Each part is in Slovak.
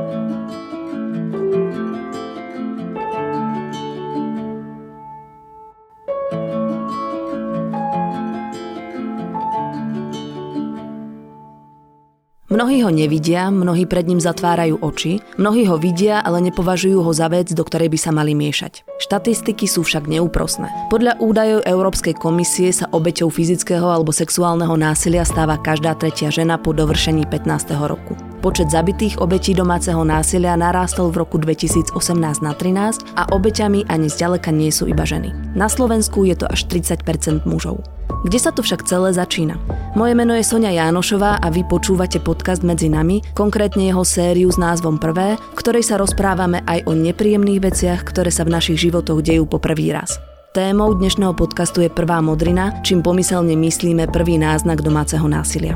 Mnohí ho nevidia, mnohí pred ním zatvárajú oči, mnohí ho vidia, ale nepovažujú ho za vec, do ktorej by sa mali miešať. Štatistiky sú však neúprosné. Podľa údajov Európskej komisie sa obeťou fyzického alebo sexuálneho násilia stáva každá tretia žena po dovršení 15. roku. Počet zabitých obetí domáceho násilia narástol v roku 2018 na 13 a obeťami ani zďaleka nie sú iba ženy. Na Slovensku je to až 30% mužov. Kde sa to však celé začína? Moje meno je Soňa Jánošová a vy počúvate podcast Medzi nami, konkrétne jeho sériu s názvom Prvé, v ktorej sa rozprávame aj o nepríjemných veciach, ktoré sa v našich životoch dejú po prvý raz. Témou dnešného podcastu je prvá modrina, čím pomyselne myslíme prvý náznak domáceho násilia.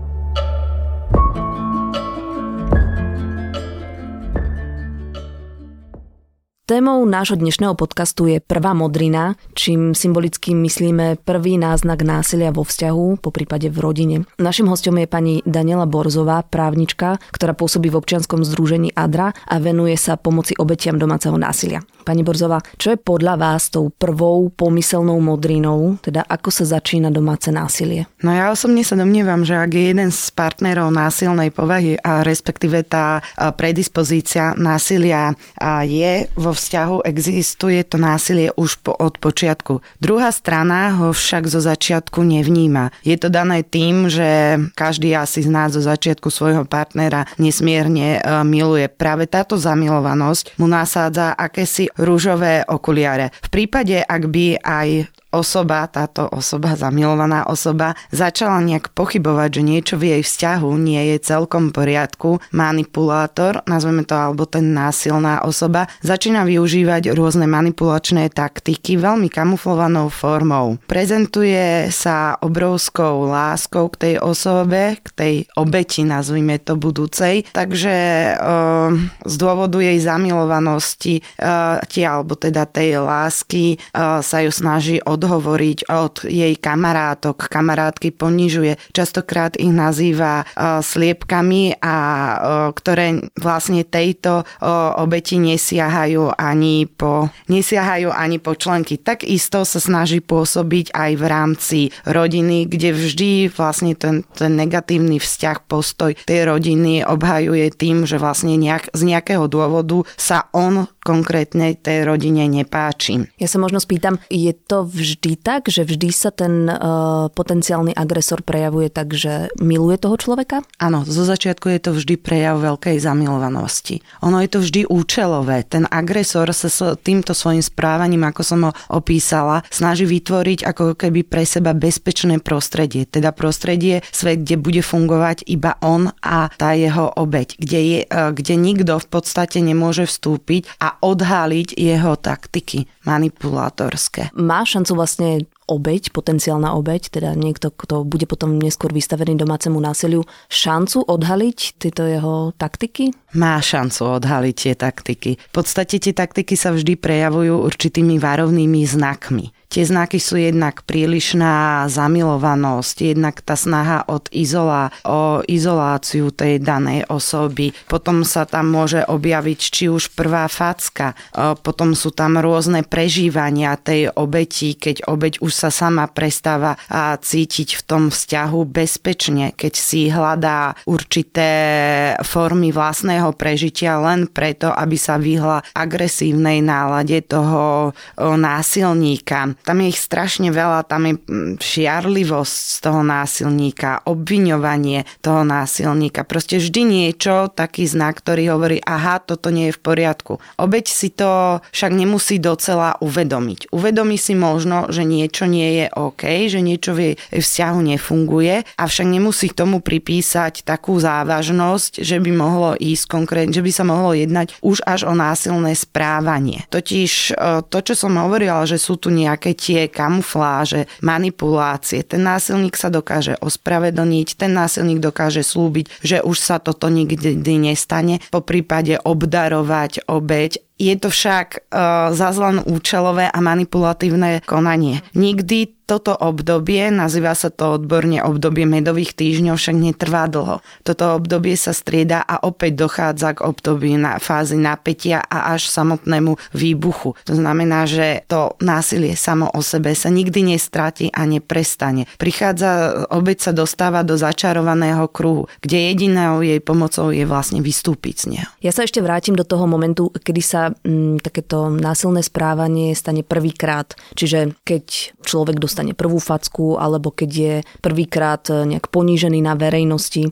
Témou nášho dnešného podcastu je prvá modrina, čím symbolicky myslíme prvý náznak násilia vo vzťahu, po prípade v rodine. Naším hosťom je pani Daniela Borzová, právnička, ktorá pôsobí v občianskom združení ADRA a venuje sa pomoci obetiam domáceho násilia. Pani Borzová, čo je podľa vás tou prvou pomyselnou modrinou, teda ako sa začína domáce násilie? No ja osobne sa domnievam, že ak je jeden z partnerov násilnej povahy a respektíve tá predispozícia násilia je vo vzťahu, existuje to násilie už od počiatku. Druhá strana ho však zo začiatku nevníma. Je to dané tým, že každý asi z nás zo začiatku svojho partnera nesmierne miluje. Práve táto zamilovanosť mu nasádza akési ružové okuliare. V prípade, ak by aj táto osoba, zamilovaná osoba, začala nejak pochybovať, že niečo v jej vzťahu nie je celkom v poriadku, manipulátor, nazveme to, alebo ten násilná osoba, začína využívať rôzne manipulačné taktiky veľmi kamuflovanou formou. Prezentuje sa obrovskou láskou k tej osobe, k tej obeti, nazvime to budúcej, takže z dôvodu jej zamilovanosti alebo teda tej lásky sa ju snaží odhovoriť od jej kamarátok. Kamarátky ponižuje. Častokrát ich nazýva sliepkami, a ktoré vlastne tejto obeti nesiahajú ani po členky. Takisto sa snaží pôsobiť aj v rámci rodiny, kde vždy vlastne ten negatívny vzťah, postoj tej rodiny obhajuje tým, že vlastne z nejakého dôvodu sa on konkrétne tej rodine nepáči. Ja sa možno spýtam, je to vždy tak, že vždy sa ten potenciálny agresor prejavuje tak, že miluje toho človeka? Áno, zo začiatku je to vždy prejav veľkej zamilovanosti. Ono je to vždy účelové. Ten agresor sa týmto svojím správaním, ako som ho opísala, snaží vytvoriť ako keby pre seba bezpečné prostredie. Teda prostredie, svet, kde bude fungovať iba on a tá jeho obeť. Kde nikto v podstate nemôže vstúpiť a odhaliť jeho taktiky manipulátorské. Má šancu vlastne potenciálna obeť, teda niekto, kto bude potom neskôr vystavený domácemu násiliu, šancu odhaliť tieto jeho taktiky? Má šancu odhaliť tie taktiky. V podstate tie taktiky sa vždy prejavujú určitými varovnými znakmi. Tie znaky sú jednak prílišná zamilovanosť, jednak tá snaha o izoláciu tej danej osoby. Potom sa tam môže objaviť či už prvá facka, potom sú tam rôzne prežívania tej obeti, keď obeť už sa sama prestáva cítiť v tom vzťahu bezpečne, keď si hľadá určité formy vlastného prežitia len preto, aby sa vyhla agresívnej nálade toho násilníka. Tam je ich strašne veľa, tam je šiarlivosť z toho násilníka, obviňovanie toho násilníka. Proste vždy niečo, taký znak, ktorý hovorí, aha, toto nie je v poriadku. Obeť si to však nemusí docela uvedomiť. Uvedomí si možno, že niečo nie je OK, že niečo v jej vzťahu nefunguje, avšak nemusí k tomu pripísať takú závažnosť, že by mohlo ísť konkrétne, že by sa mohlo jednať už až o násilné správanie. Totiž to, čo som hovorila, že sú tu nejaké tie kamufláže, manipulácie. Ten násilník sa dokáže ospravedlniť, ten násilník dokáže slúbiť, že už sa toto nikdy nestane, po prípade obdarovať obeť Je to však zas len účelové a manipulatívne konanie. Nikdy toto obdobie, nazýva sa to odborne obdobie medových týždňov, však netrvá dlho. Toto obdobie sa strieda a opäť dochádza k obdobiu na fázy napätia a až samotnému výbuchu. To znamená, že to násilie samo o sebe sa nikdy nestratí a neprestane. Obeť sa dostáva do začarovaného kruhu, kde jedinou jej pomocou je vlastne vystúpiť z neho. Ja sa ešte vrátim do toho momentu, kedy sa takéto násilné správanie stane prvýkrát. Čiže keď človek dostane prvú facku, alebo keď je prvýkrát nejak ponížený na verejnosti.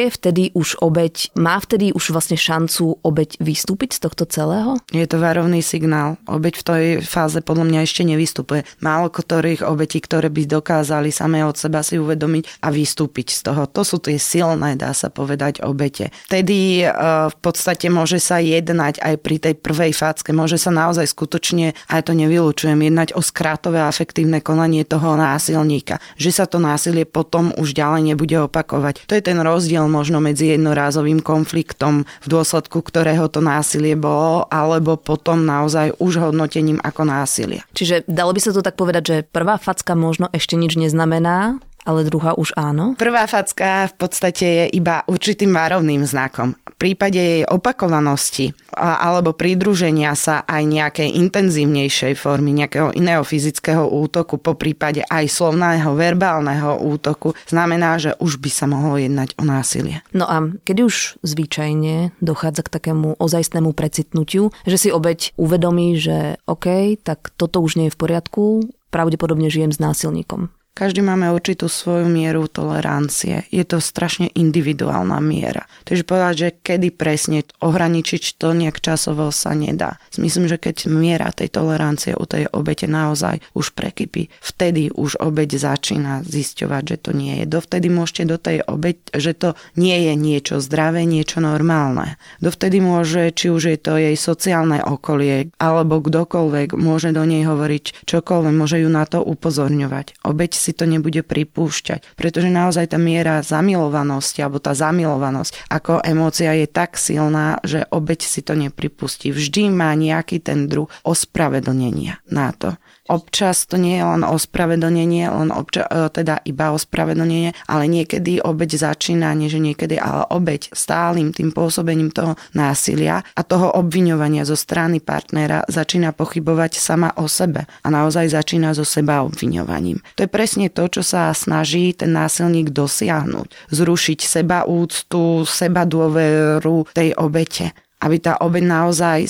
Má vtedy už vlastne šancu obeť vystúpiť z tohto celého? Je to varovný signál. Obeť v tej fáze podľa mňa ešte nevystupuje. Málo ktorých obetí, ktoré by dokázali samé od seba si uvedomiť a vystúpiť z toho. To sú tie silné, dá sa povedať, obete. Vtedy v podstate môže sa jednať aj pri tej prvej facke, môže sa naozaj skutočne, aj to nevylučujem, jednať o skrátové a efektívne konanie toho násilníka. Že sa to násilie potom už ďalej nebude opakovať. To je ten rozdiel možno medzi jednorázovým konfliktom, v dôsledku ktorého to násilie bolo, alebo potom naozaj už hodnotením ako násilie. Čiže dalo by sa to tak povedať, že prvá facka možno ešte nič neznamená, ale druhá už áno? Prvá facka v podstate je iba určitým varovným znakom. V prípade jej opakovanosti alebo pridruženia sa aj nejakej intenzívnejšej formy, nejakého iného fyzického útoku, po prípade aj slovného, verbálneho útoku, znamená, že už by sa mohlo jednať o násilie. No a kedy už zvyčajne dochádza k takému ozajstnému precitnutiu, že si obeť uvedomí, že OK, tak toto už nie je v poriadku, pravdepodobne žijem s násilníkom. Každý máme určitú svoju mieru tolerancie. Je to strašne individuálna miera. Takže povedať, že kedy presne ohraničiť to nejak časovo sa nedá. Myslím, že keď miera tej tolerancie u tej obete naozaj už prekypí, vtedy už obeť začína zisťovať, že to nie je. Dovtedy môžete do tej obeť, že to nie je niečo zdravé, niečo normálne. Dovtedy môže, či už je to jej sociálne okolie, alebo kdokoľvek, môže do nej hovoriť čokoľvek, môže ju na to upozorňovať. Obeť si to nebude pripúšťať, pretože naozaj tá miera zamilovanosti alebo tá zamilovanosť ako emócia je tak silná, že obeť si to nepripustí. Vždy má nejaký ten druh ospravedlnenia na to. Občas to nie je len ospravedlnenie, teda iba ospravedlnenie, ale niekedy obeť začína, nie že niekedy, ale obeť stálym tým pôsobením toho násilia a toho obviňovania zo strany partnera začína pochybovať sama o sebe a naozaj začína so seba obviňovaním. To je presne to, čo sa snaží ten násilník dosiahnuť. Zrušiť sebaúctu, sebadôveru tej obete. Aby tá obeť naozaj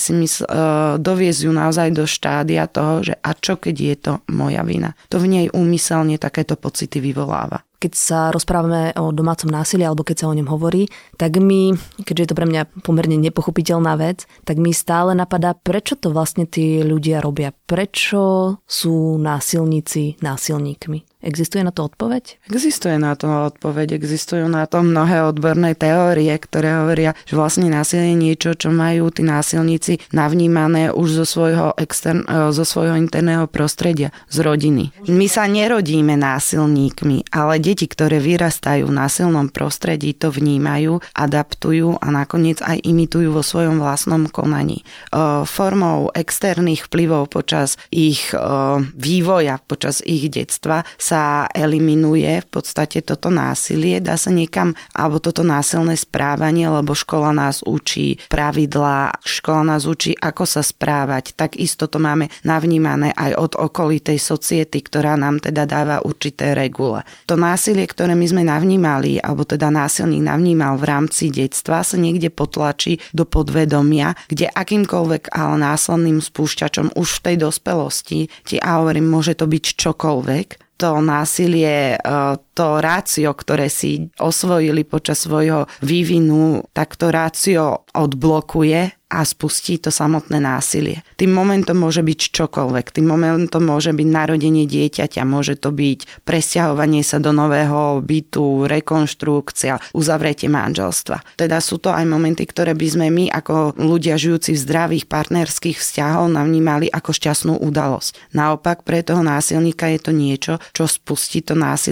doviesť ju naozaj do štádia toho, že a čo keď je to moja vina. To v nej úmyselne takéto pocity vyvoláva. Keď sa rozprávame o domácom násilí alebo keď sa o ňom hovorí, tak keďže je to pre mňa pomerne nepochopiteľná vec, tak mi stále napadá, prečo to vlastne tí ľudia robia. Prečo sú násilníci násilníkmi? Existuje na to odpoveď? Existuje na to odpoveď. Existujú na to mnohé odborné teórie, ktoré hovoria, že vlastne násilie je niečo, čo majú tí násilníci navnímané už zo svojho interného prostredia, z rodiny. My sa nerodíme násilníkmi, ale deti, ktoré vyrastajú v násilnom prostredí, to vnímajú, adaptujú a nakoniec aj imitujú vo svojom vlastnom konaní. Formou externých vplyvov počas ich vývoja, počas ich detstva sa eliminuje v podstate toto násilie, dá sa niekam, alebo toto násilné správanie, lebo škola nás učí pravidlá, škola nás učí, ako sa správať. Takisto to máme navnímané aj od okolitej society, ktorá nám teda dáva určité regule. To násilie, ktoré my sme navnímali, alebo teda násilník navnímal v rámci detstva, sa niekde potlačí do podvedomia, kde akýmkoľvek ale následným spúšťačom už v tej dospelosti, hovorím, môže to byť čokoľvek, to násilie, to rácio, ktoré si osvojili počas svojho vývinu, tak to rácio odblokuje a spustí to samotné násilie. Tým momentom môže byť čokoľvek. Tým momentom môže byť narodenie dieťaťa, môže to byť presťahovanie sa do nového bytu, rekonštrukcia, uzavretie manželstva. Teda sú to aj momenty, ktoré by sme my ako ľudia žijúci v zdravých partnerských vzťahov navnímali ako šťastnú udalosť. Naopak pre toho násilníka je to niečo, čo spustí to násilie a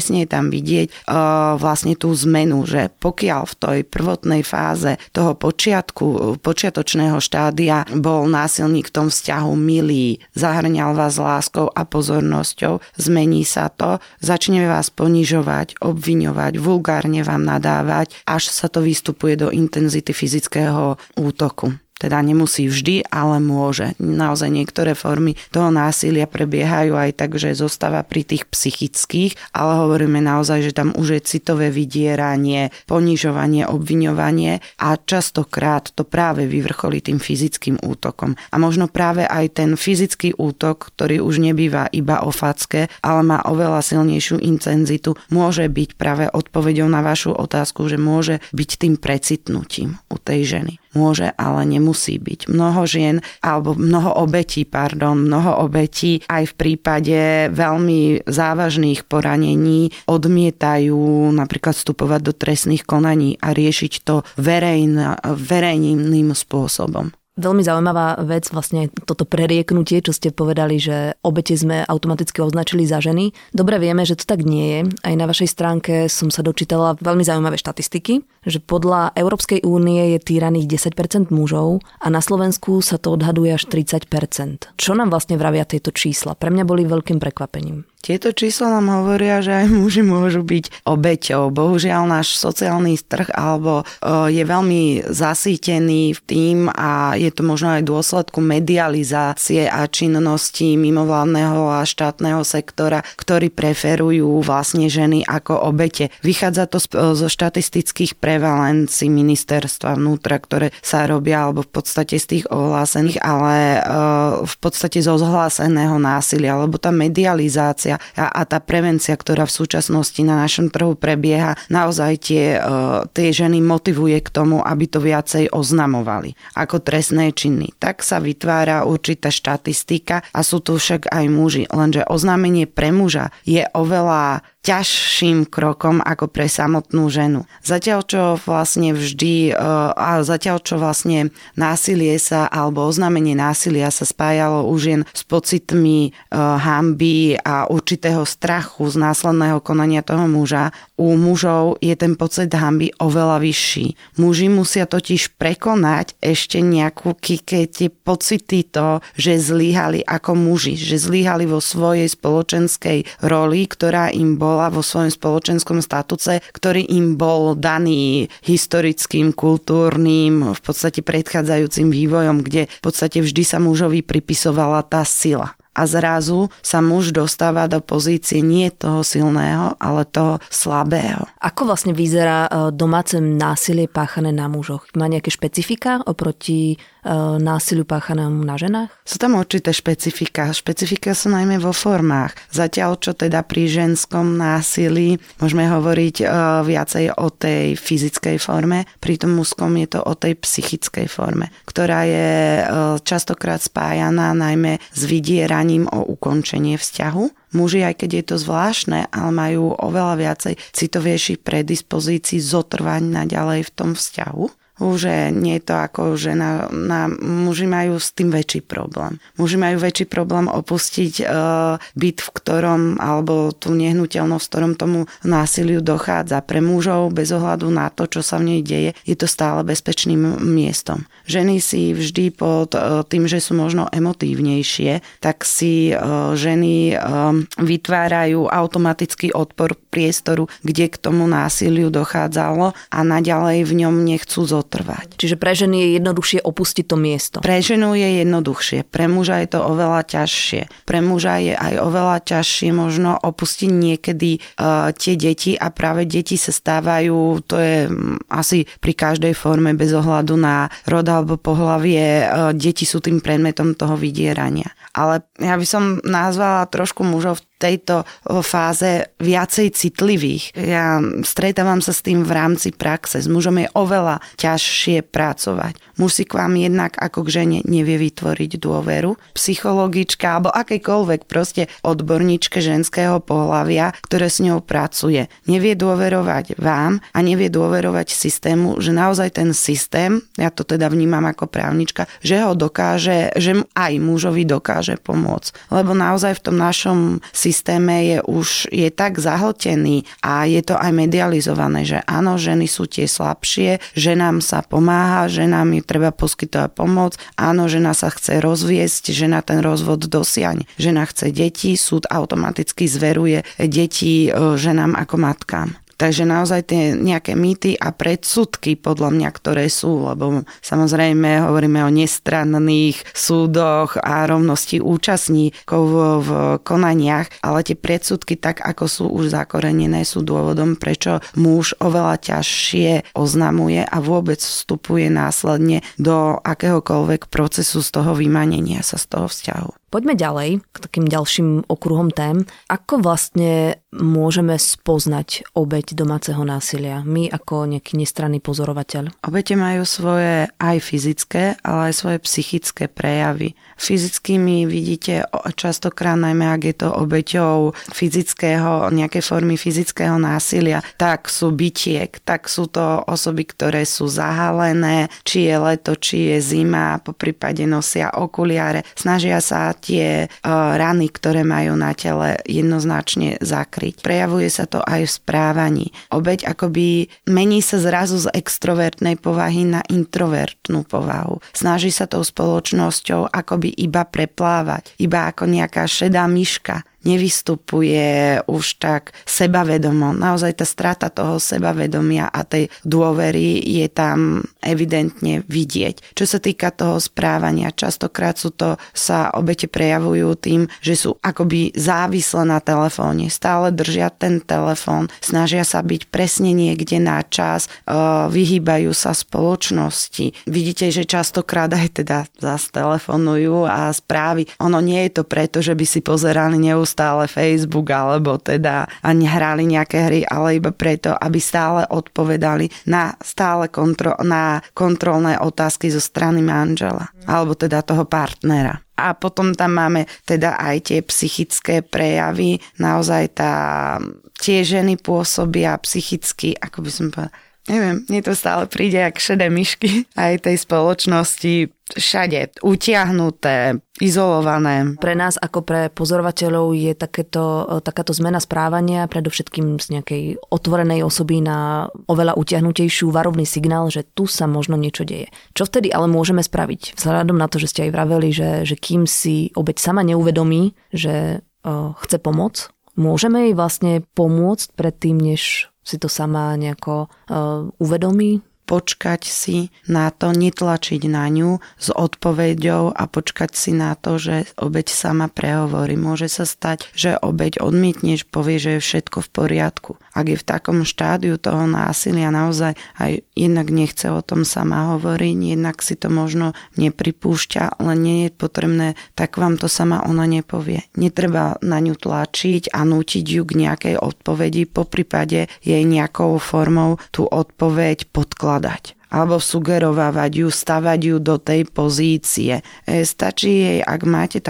presne je tam vidieť vlastne tú zmenu, že pokiaľ v tej prvotnej fáze toho počiatočného štádia bol násilník v tom vzťahu milý, zahrňal vás láskou a pozornosťou, zmení sa to, začne vás ponižovať, obviňovať, vulgárne vám nadávať, až sa to vystupuje do intenzity fyzického útoku. Teda nemusí vždy, ale môže. Naozaj niektoré formy toho násilia prebiehajú aj tak, že zostáva pri tých psychických, ale hovoríme naozaj, že tam už je citové vydieranie, ponižovanie, obviňovanie a častokrát to práve vyvrcholí tým fyzickým útokom. A možno práve aj ten fyzický útok, ktorý už nebýva iba o facke, ale má oveľa silnejšiu intenzitu, môže byť práve odpoveďou na vašu otázku, že môže byť tým precitnutím u tej ženy. Môže, ale nemusí byť. Mnoho obetí aj v prípade veľmi závažných poranení odmietajú napríklad vstupovať do trestných konaní a riešiť to verejným spôsobom. Veľmi zaujímavá vec, vlastne toto prerieknutie, čo ste povedali, že obete sme automaticky označili za ženy. Dobre vieme, že to tak nie je. Aj na vašej stránke som sa dočítala veľmi zaujímavé štatistiky, že podľa Európskej únie je týraných 10% mužov a na Slovensku sa to odhaduje až 30%. Čo nám vlastne vravia tieto čísla? Pre mňa boli veľkým prekvapením. Tieto čísla nám hovoria, že aj muži môžu byť obeťou. Bohužiaľ náš sociálny trh je veľmi zasýtený v tým a je to možno aj dôsledku medializácie a činnosti mimovládneho a štátneho sektora, ktorí preferujú vlastne ženy ako obete. Vychádza to zo štatistických prevalencií ministerstva vnútra, ktoré sa robia alebo v podstate z tých ohlásených, ale v podstate zo zhláseného násilia, lebo tá medializácia a tá prevencia, ktorá v súčasnosti na našom trhu prebieha, naozaj tie ženy motivuje k tomu, aby to viacej oznamovali ako trestné činy. Tak sa vytvára určitá štatistika a sú tu však aj muži. Lenže oznámenie pre muža je oveľa ťažším krokom ako pre samotnú ženu. Zatiaľ čo vlastne násilie sa alebo oznámenie násilia sa spájalo u žien s pocitmi hanby a určitého strachu z následného konania toho muža, u mužov je ten pocit hanby oveľa vyšší. Muži musia totiž prekonať ešte tie pocity že zlyhali ako muži, že zlyhali vo svojej spoločenskej roli, ktorá im bola vo svojom spoločenskom statuse, ktorý im bol daný historickým, kultúrnym, v podstate predchádzajúcim vývojom, kde v podstate vždy sa mužovi pripisovala tá sila. A zrazu sa muž dostáva do pozície nie toho silného, ale toho slabého. Ako vlastne vyzerá domáce násilie páchané na mužoch? Má nejaké špecifika oproti násiliu páchanému na ženách? Sú tam určité špecifika. Špecifika sú najmä vo formách. Zatiaľ, čo teda pri ženskom násilí môžeme hovoriť viacej o tej fyzickej forme, pri tom mužskom je to o tej psychickej forme, ktorá je častokrát spájaná najmä s vydieraním o ukončenie vzťahu. Muži, aj keď je to zvláštne, ale majú oveľa viacej citovejších predispozícií zotrvať naďalej v tom vzťahu. Že nie je to ako žena, muži majú s tým väčší problém. Muži majú väčší problém opustiť byt, v ktorom, alebo tú nehnuteľnosť, v ktorom tomu násiliu dochádza. Pre mužov, bez ohľadu na to, čo sa v nej deje, je to stále bezpečným miestom. Ženy si vždy pod tým, že sú možno emotívnejšie, tak si ženy vytvárajú automatický odpor priestoru, kde k tomu násiliu dochádzalo a naďalej v ňom nechcú zotrvať. Čiže pre ženy je jednoduchšie opustiť to miesto. Pre ženu je jednoduchšie, pre muža je to oveľa ťažšie. Pre muža je aj oveľa ťažšie možno opustiť niekedy tie deti a práve deti sa stávajú, to je asi pri každej forme bez ohľadu na rod alebo pohlavie, deti sú tým predmetom toho vydierania. Ale ja by som nazvala trošku mužov v tejto fáze viacej citlivých. Ja stretávam sa s tým v rámci praxe. S mužom je oveľa ťažšie pracovať. Muž si k vám jednak ako k žene nevie vytvoriť dôveru. Psychologička alebo akejkoľvek proste odborníčke ženského pohlavia, ktoré s ňou pracuje, nevie dôverovať vám a nevie dôverovať systému, že naozaj ten systém, ja to teda vnímam ako právnička, že ho dokáže, že aj mužovi dokáže pomôcť. Lebo naozaj v tom našom systému systéme je tak zahltený a je to aj medializované, že áno, ženy sú tie slabšie, ženám sa pomáha, ženám je treba poskytovať pomoc, áno, žena sa chce rozviesť, žena ten rozvod dosiahne, žena chce deti, súd automaticky zveruje deti ženám ako matkám. Takže naozaj tie nejaké mýty a predsudky podľa mňa, ktoré sú, lebo samozrejme hovoríme o nestranných súdoch a rovnosti účastníkov v konaniach, ale tie predsudky tak, ako sú už zakorenené, sú dôvodom, prečo muž oveľa ťažšie oznamuje a vôbec vstupuje následne do akéhokoľvek procesu z toho vymanenia sa z toho vzťahu. Poďme ďalej k takým ďalším okruhom tém. Ako vlastne môžeme spoznať obeť domáceho násilia? My ako nejaký nestranný pozorovateľ. Obete majú svoje aj fyzické, ale aj svoje psychické prejavy. Fyzickými vidíte častokrát, najmä ak je to obeťou nejakej formy fyzického násilia, tak sú bitiek, tak sú to osoby, ktoré sú zahalené, či je leto, či je zima, poprípade nosia okuliare, snažia sa tie rany, ktoré majú na tele, jednoznačne zakryť. Prejavuje sa to aj v správaní. Obeť akoby mení sa zrazu z extrovertnej povahy na introvertnú povahu. Snaží sa tou spoločnosťou akoby iba preplávať, iba ako nejaká šedá myška. Nevystupuje už tak sebavedomo. Naozaj tá strata toho sebavedomia a tej dôvery je tam evidentne vidieť. Čo sa týka toho správania, častokrát sa obete prejavujú tým, že sú akoby závislé na telefóne. Stále držia ten telefón, snažia sa byť presne niekde na čas, vyhýbajú sa spoločnosti. Vidíte, že častokrát aj teda zase telefonujú a správy. Ono nie je to preto, že by si pozerali stále Facebook alebo teda ani hrali nejaké hry, ale iba preto, aby stále odpovedali na kontrolné otázky zo strany manžela alebo teda toho partnera. A potom tam máme teda aj tie psychické prejavy. Naozaj tie ženy pôsobia psychicky, ako by som povedala, neviem, mne to stále príde jak šedé myšky aj tej spoločnosti, všade utiahnuté, izolované. Pre nás ako pre pozorovateľov je takáto zmena správania predovšetkým z nejakej otvorenej osoby na oveľa utiahnutejšiu varovný signál, že tu sa možno niečo deje. Čo vtedy ale môžeme spraviť? Vzhľadom na to, že ste aj vraveli, že kým si obeť sama neuvedomí, že chce pomoc, môžeme jej vlastne pomôcť predtým, než si to sama nejako uvedomí? Počkať si na to, netlačiť na ňu s odpoveďou a počkať si na to, že obeť sama prehovorí. Môže sa stať, že obeť odmietneš, povie, že je všetko v poriadku. Ak je v takom štádiu toho násilia naozaj aj jednak nechce o tom sama hovoriť, jednak si to možno nepripúšťa, ale nie je potrebné, tak vám to sama ona nepovie. Netreba na ňu tlačiť a nútiť ju k nejakej odpovedi, poprípade jej nejakou formou tú odpoveď podkladať alebo sugerovávať ju, stavať ju do tej pozície. Stačí jej, ak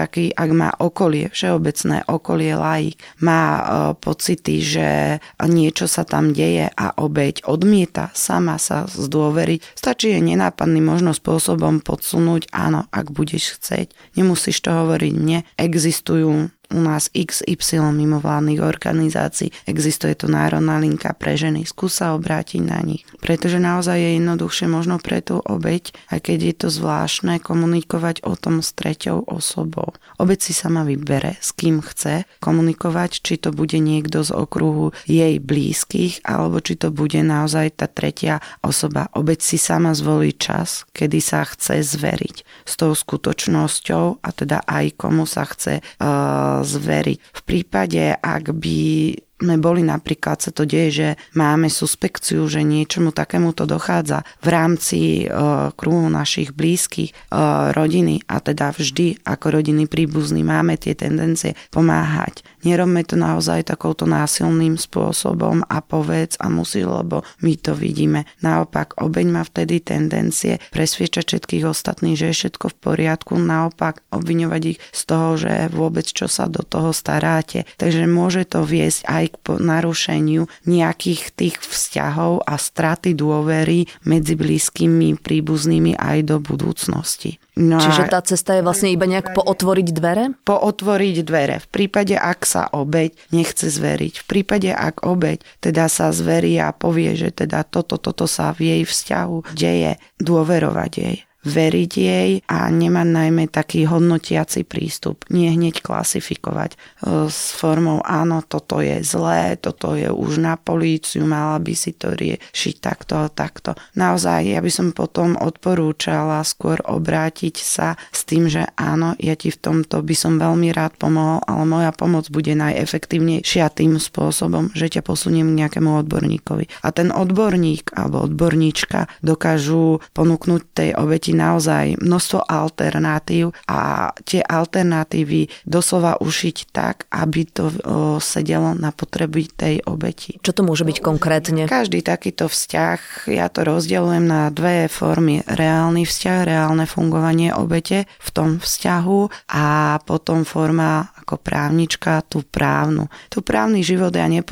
má okolie, všeobecné okolie laik, má pocity, že niečo sa tam deje a obeť odmieta sama sa zdôveriť. Stačí jej nenápadným možno spôsobom podsunúť, áno, ak budeš chcieť. Nemusíš to hovoriť mne. Existujú u nás XY mimovládnych organizácií. Existuje tu Národná linka pre ženy. Skús sa obrátiť na nich. Pretože naozaj je jednoduchšie možno pre tú obeť, aj keď je to zvláštne, komunikovať o tom s treťou osobou. Obeť si sama vybere, s kým chce komunikovať, či to bude niekto z okruhu jej blízkych, alebo či to bude naozaj tá tretia osoba. Obeť si sama zvolí čas, kedy sa chce zveriť s tou skutočnosťou a teda aj komu sa chce zveriť. V prípade, ak by boli napríklad, sa to deje, že máme suspekciu, že niečomu takémuto dochádza v rámci kruhu našich blízkych rodiny a teda vždy ako rodiny príbuzní máme tie tendencie pomáhať. Nerobme to naozaj takouto násilným spôsobom a povedz a musí, lebo my to vidíme. Naopak, obeť má vtedy tendencie presviečať všetkých ostatných, že je všetko v poriadku, naopak obviňovať ich z toho, že vôbec čo sa do toho staráte. Takže môže to viesť aj k narušeniu nejakých tých vzťahov a straty dôvery medzi blízkymi príbuznými aj do budúcnosti. No čiže tá cesta je vlastne iba nejak pootvoriť dvere? Pootvoriť dvere. V prípade, ak sa obeť nechce zveriť. V prípade, ak obeť teda sa zverí a povie, že teda toto sa v jej vzťahu deje, dôverovať jej. Veriť jej a nemať najmä taký hodnotiaci prístup. Nie hneď klasifikovať s formou áno, toto je zlé, toto je už na políciu, mala by si to riešiť takto a takto. Naozaj, ja by som potom odporúčala skôr obrátiť sa s tým, že áno, ja ti v tomto by som veľmi rád pomohol, ale moja pomoc bude najefektívnejšia tým spôsobom, že ťa posuniem k nejakému odborníkovi. A ten odborník alebo odborníčka dokážu ponúknuť tej obeti naozaj množstvo alternatív a tie alternatívy doslova ušiť tak, aby to sedelo na potreby tej obeti. Čo to môže byť konkrétne? Každý takýto vzťah, ja to rozdeľujem na dve formy. Reálny vzťah, reálne fungovanie obete v tom vzťahu a potom forma ako právnička, tú právnu. Tu právny život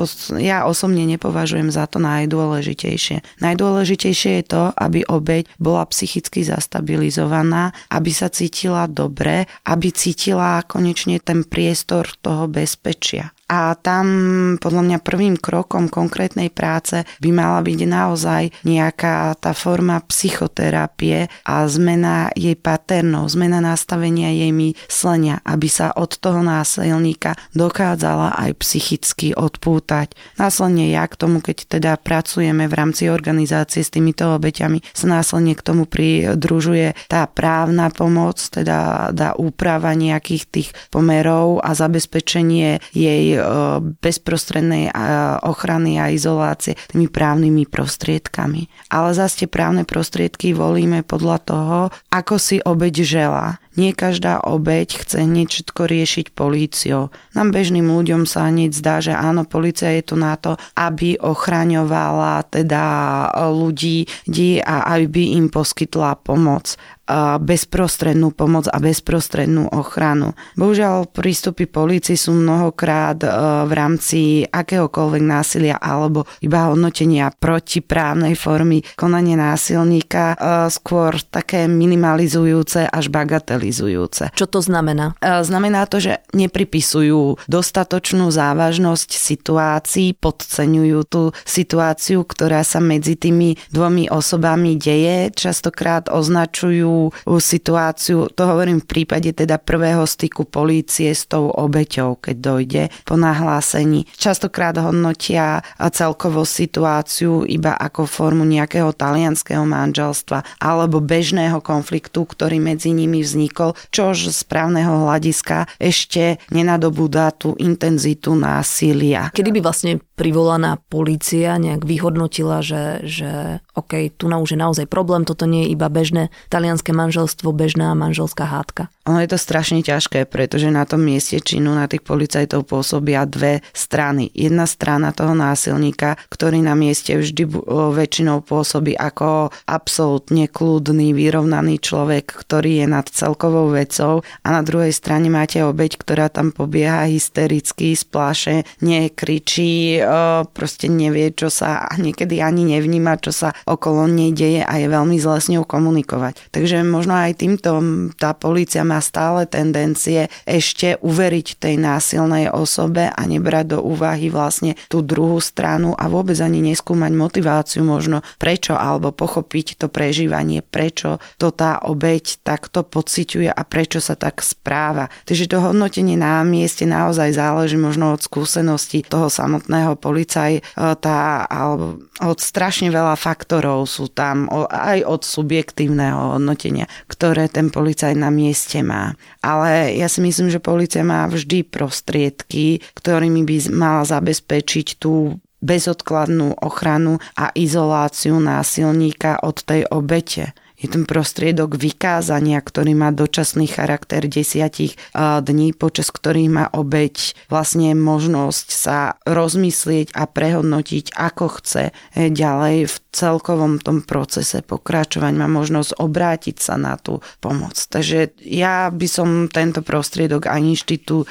ja osobne nepovažujem za to najdôležitejšie. Najdôležitejšie je to, aby obeť bola psychicky zastabilizovaná, aby sa cítila dobre, aby cítila konečne ten priestor toho bezpečia. A tam podľa mňa prvým krokom konkrétnej práce by mala byť naozaj nejaká tá forma psychoterapie a zmena jej paternov, zmena nastavenia jej myslenia, aby sa od toho násilníka dokázala aj psychicky odpútať. Následne ja k tomu, keď teda pracujeme v rámci organizácie s týmito obeťami, sa následne k tomu pridružuje tá právna pomoc, teda úprava nejakých tých pomerov a zabezpečenie jej bezprostrednej ochrany a izolácie tými právnymi prostriedkami. Ale zase tie právne prostriedky volíme podľa toho, ako si obeť želá. Nie každá obeť chce hneď všetko riešiť políciou. Nám bežným ľuďom sa hneď zdá, že áno, polícia je tu na to, aby ochraňovala teda ľudí a aby im poskytla pomoc. Bezprostrednú pomoc a bezprostrednú ochranu. Bohužiaľ, prístupy polícii sú mnohokrát v rámci akéhokoľvek násilia alebo iba hodnotenia protiprávnej formy konania násilníka skôr také minimalizujúce až bagatelizujúce. Čo to znamená? Znamená to, že nepripisujú dostatočnú závažnosť situácií, podceňujú tú situáciu, ktorá sa medzi tými dvomi osobami deje. Častokrát označujú situáciu, to hovorím v prípade teda prvého styku polície s tou obeťou, keď dojde po nahlásení. Častokrát hodnotia celkovú situáciu iba ako formu nejakého talianskeho manželstva alebo bežného konfliktu, ktorý medzi nimi vznikol, čož z právneho hľadiska ešte nenadobúda tú intenzitu násilia. Kedy by vlastne privolaná polícia nejak vyhodnotila, že OK, tu už je naozaj problém, toto nie je iba bežné talianske manželstvo, bežná manželská hádka? Ono je to strašne ťažké, pretože na tom mieste činu na tých policajtov pôsobia dve strany. Jedna strana toho násilníka, ktorý na mieste vždy väčšinou pôsobí ako absolútne kľudný, vyrovnaný človek, ktorý je nad celkovou vecou, a na druhej strane máte obeť, ktorá tam pobieha hystericky, splášene, kričí, proste nevie, čo sa, a niekedy ani nevníma, čo sa okolo nej deje a je veľmi zle s ňou komunikovať. Takže možno aj týmto tá polícia má stále tendencie ešte uveriť tej násilnej osobe a nebrať do úvahy vlastne tú druhú stranu a vôbec ani neskúmať motiváciu možno prečo, alebo pochopiť to prežívanie, prečo to tá obeť takto pociťuje a prečo sa tak správa. Takže to hodnotenie na mieste naozaj záleží možno od skúsenosti toho samotného policajta alebo od strašne veľa faktorov sú tam, aj od subjektívneho hodnotenia, ktoré ten policajt na mieste má. Ale ja si myslím, že polícia má vždy prostriedky, ktorými by mala zabezpečiť tú bezodkladnú ochranu a izoláciu násilníka od tej obete. je ten prostriedok vykázania, ktorý má dočasný charakter 10 dní, počas ktorých má obeť vlastne možnosť sa rozmyslieť a prehodnotiť, ako chce ďalej v celkovom tom procese pokračovať. Má možnosť obrátiť sa na tú pomoc. Takže ja by som tento prostriedok a inštitút,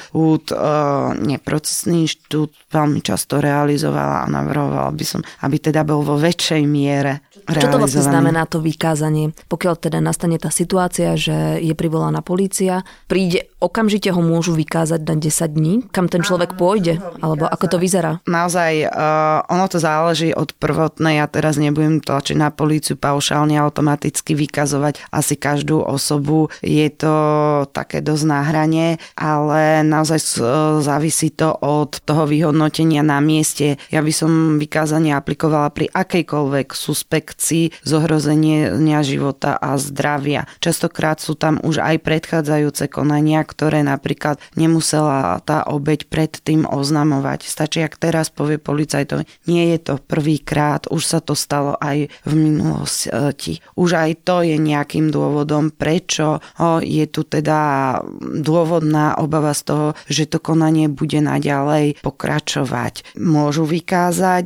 neprocesný inštitút veľmi často realizovala a navrhovala by som, aby teda bol vo väčšej miere realizovaný. Čo to vlastne znamená to vykázanie? Pokiaľ teda nastane tá situácia, že je privolaná polícia, príde, okamžite ho môžu vykázať na 10 dní? Kam ten človek pôjde? Alebo ako to vyzerá? Naozaj, ono to záleží od prvotnej. Ja teraz nebudem tlačiť na políciu paušálne automaticky vykazovať asi každú osobu. Je to také dosť na hrane, ale naozaj závisí to od toho vyhodnotenia na mieste. Ja by som vykázanie aplikovala pri akejkoľvek suspekcii zohrozenia života a zdravia. Častokrát sú tam už aj predchádzajúce konania, ktoré napríklad nemusela tá obeť predtým oznamovať. Stačí, ak teraz povie policajtovi, nie je to prvýkrát, už sa to stalo aj v minulosti. Už aj to je nejakým dôvodom, prečo je tu teda dôvodná obava z toho, že to konanie bude naďalej pokračovať. Môžu vykázať,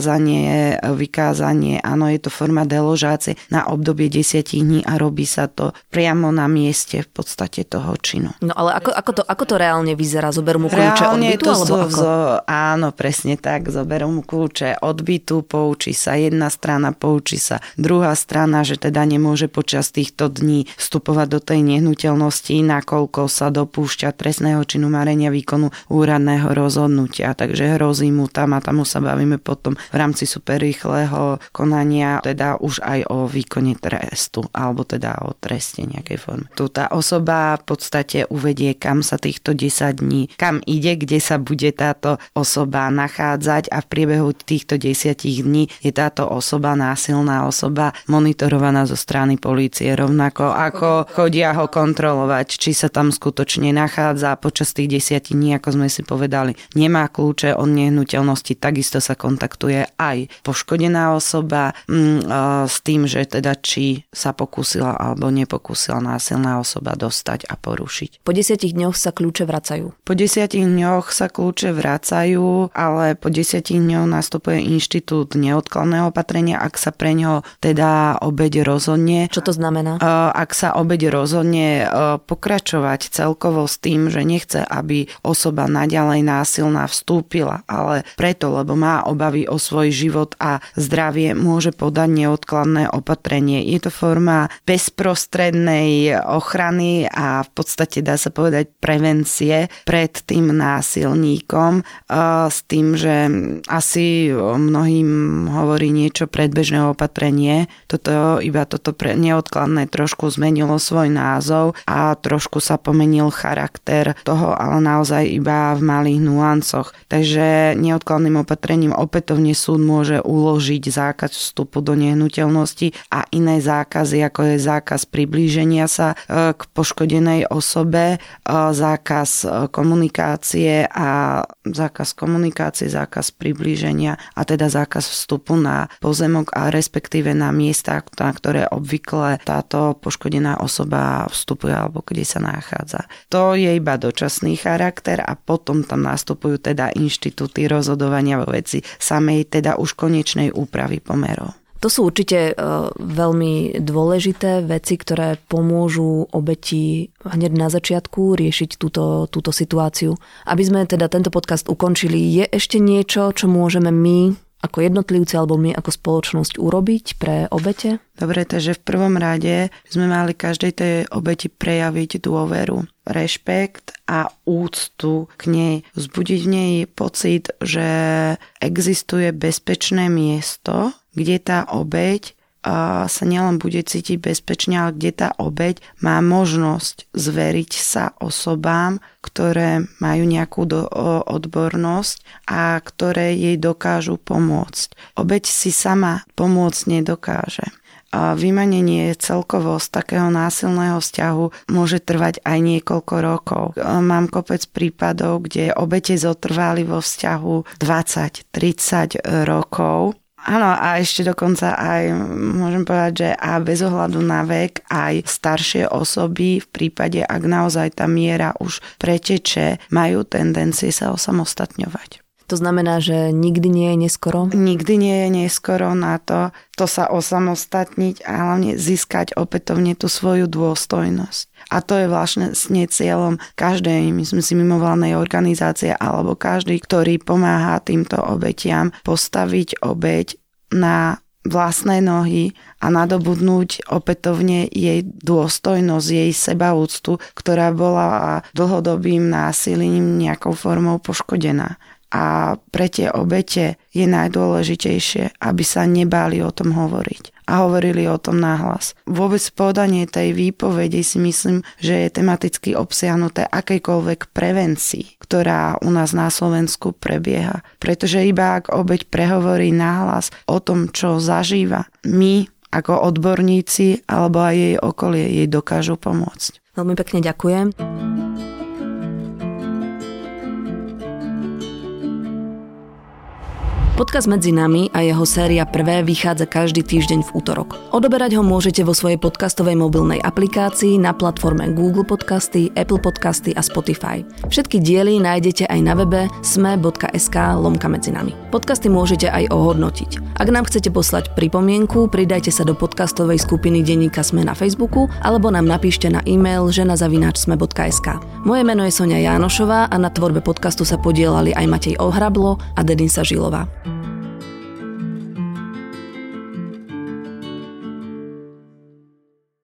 vykázanie, áno, je to forma deložácie na obdobie 10 dní a robí sa to priamo na mieste v podstate toho činu. No ale ako to reálne vyzerá? Zoberú mu kľúče od bytu? Alebo ako? Áno, presne tak. Zoberú mu kľúče od bytu, poučí sa jedna strana, poučí sa druhá strana, že teda nemôže počas týchto dní vstupovať do tej nehnuteľnosti, nakoľko sa dopúšťa trestného činu marenia výkonu úradného rozhodnutia. Takže hrozí mu tam a tam sa bavíme potom v rámci superrýchleho konania teda už aj o výkone trestu alebo teda o treste nejakej formy. Tu tá osoba v podstate uvedie, kam sa týchto 10 dní, kam ide, kde sa bude táto osoba nachádzať a v priebehu týchto 10 dní je táto osoba, násilná osoba, monitorovaná zo strany polície, rovnako ako chodia ho kontrolovať, či sa tam skutočne nachádza počas tých 10 dní, ako sme si povedali, nemá kľúče od nehnuteľnosti, takisto sa kontaktuje aj poškodená osoba s tým, že teda či sa pokúsila alebo nepokúsila násilná osoba dostať a porušiť. Po 10 dňoch sa kľúče vracajú. Po 10 dňoch sa kľúče vracajú, ale po 10 dňoch nastupuje inštitút neodkladného opatrenia, ak sa pre ňoho teda obeť rozhodne. Čo to znamená? Ak sa obeť rozhodne pokračovať celkovo s tým, že nechce, aby osoba naďalej násilná vstúpila, ale preto, lebo má obavy o svoj život a zdravie, môže podať neodkladné opatrenie. Je to forma bezprostrednej ochrany a v podstate dá sa povedať prevencie pred tým násilníkom s tým, že asi mnohým hovorí niečo predbežné opatrenie. Toto neodkladné trošku zmenilo svoj názov a trošku sa pomenil charakter toho, ale naozaj iba v malých nuancoch. Takže neodkladným opatrením opätovne súd môže uložiť zákaz vstupu do nehnuteľnosti a iné zákazy, ako je zákaz priblíženia sa k poškodenej osobe, zákaz komunikácie, zákaz priblíženia a teda zákaz vstupu na pozemok a respektíve na miesta, na ktoré obvykle táto poškodená osoba vstupuje alebo kde sa nachádza. To je iba dočasný charakter a potom tam nastupujú teda inštitúty rozhodovania vo veci samej teda už konečnej úpravy pomerov. To sú určite veľmi dôležité veci, ktoré pomôžu obeti hneď na začiatku riešiť túto situáciu. Aby sme teda tento podcast ukončili, je ešte niečo, čo môžeme my ako jednotlivci alebo my ako spoločnosť urobiť pre obete? Dobre, takže v prvom rade sme mali každej tej obeti prejaviť dôveru, rešpekt a úctu k nej. Vzbudiť v nej pocit, že existuje bezpečné miesto, kde tá obeť sa nielen bude cítiť bezpečne, ale kde tá obeť má možnosť zveriť sa osobám, ktoré majú nejakú odbornosť a ktoré jej dokážu pomôcť. Obeť si sama pomôcť nedokáže. Vymanenie celkovo z takého násilného vzťahu môže trvať aj niekoľko rokov. Mám kopec prípadov, kde obete zotrvali vo vzťahu 20-30 rokov Áno, a ešte dokonca aj môžem povedať, že a bez ohľadu na vek aj staršie osoby v prípade, ak naozaj tá miera už preteče, majú tendencie sa osamostatňovať. To znamená, že nikdy nie je neskoro? Nikdy nie je neskoro na to sa osamostatniť a hlavne získať opätovne tú svoju dôstojnosť. A to je vlastne cieľom každej, myslím si, mimovládnej organizácie alebo každý, ktorý pomáha týmto obetiam postaviť obeť na vlastné nohy a nadobudnúť opätovne jej dôstojnosť, jej sebaúctu, ktorá bola dlhodobým násilím nejakou formou poškodená. A pre tie obete je najdôležitejšie, aby sa nebáli o tom hovoriť a hovorili o tom nahlas. Vôbec podanie tej výpovede si myslím, že je tematicky obsiahnuté akejkoľvek prevencii, ktorá u nás na Slovensku prebieha. Pretože iba ak obeť prehovorí nahlas o tom, čo zažíva, my ako odborníci alebo aj jej okolie jej dokážu pomôcť. Veľmi pekne ďakujem. Podcast Medzi nami a jeho séria Prvé vychádza každý týždeň v útorok. Odoberať ho môžete vo svojej podcastovej mobilnej aplikácii na platforme Google Podcasty, Apple Podcasty a Spotify. Všetky diely nájdete aj na webe sme.sk/medzinami. Podcasty môžete aj ohodnotiť. Ak nám chcete poslať pripomienku, pridajte sa do podcastovej skupiny denníka Sme na Facebooku alebo nám napíšte na e-mail žena@sme.sk. Moje meno je Sonia Jánošová a na tvorbe podcastu sa podieľali aj Matej Ohrablo a Denisa Žilová.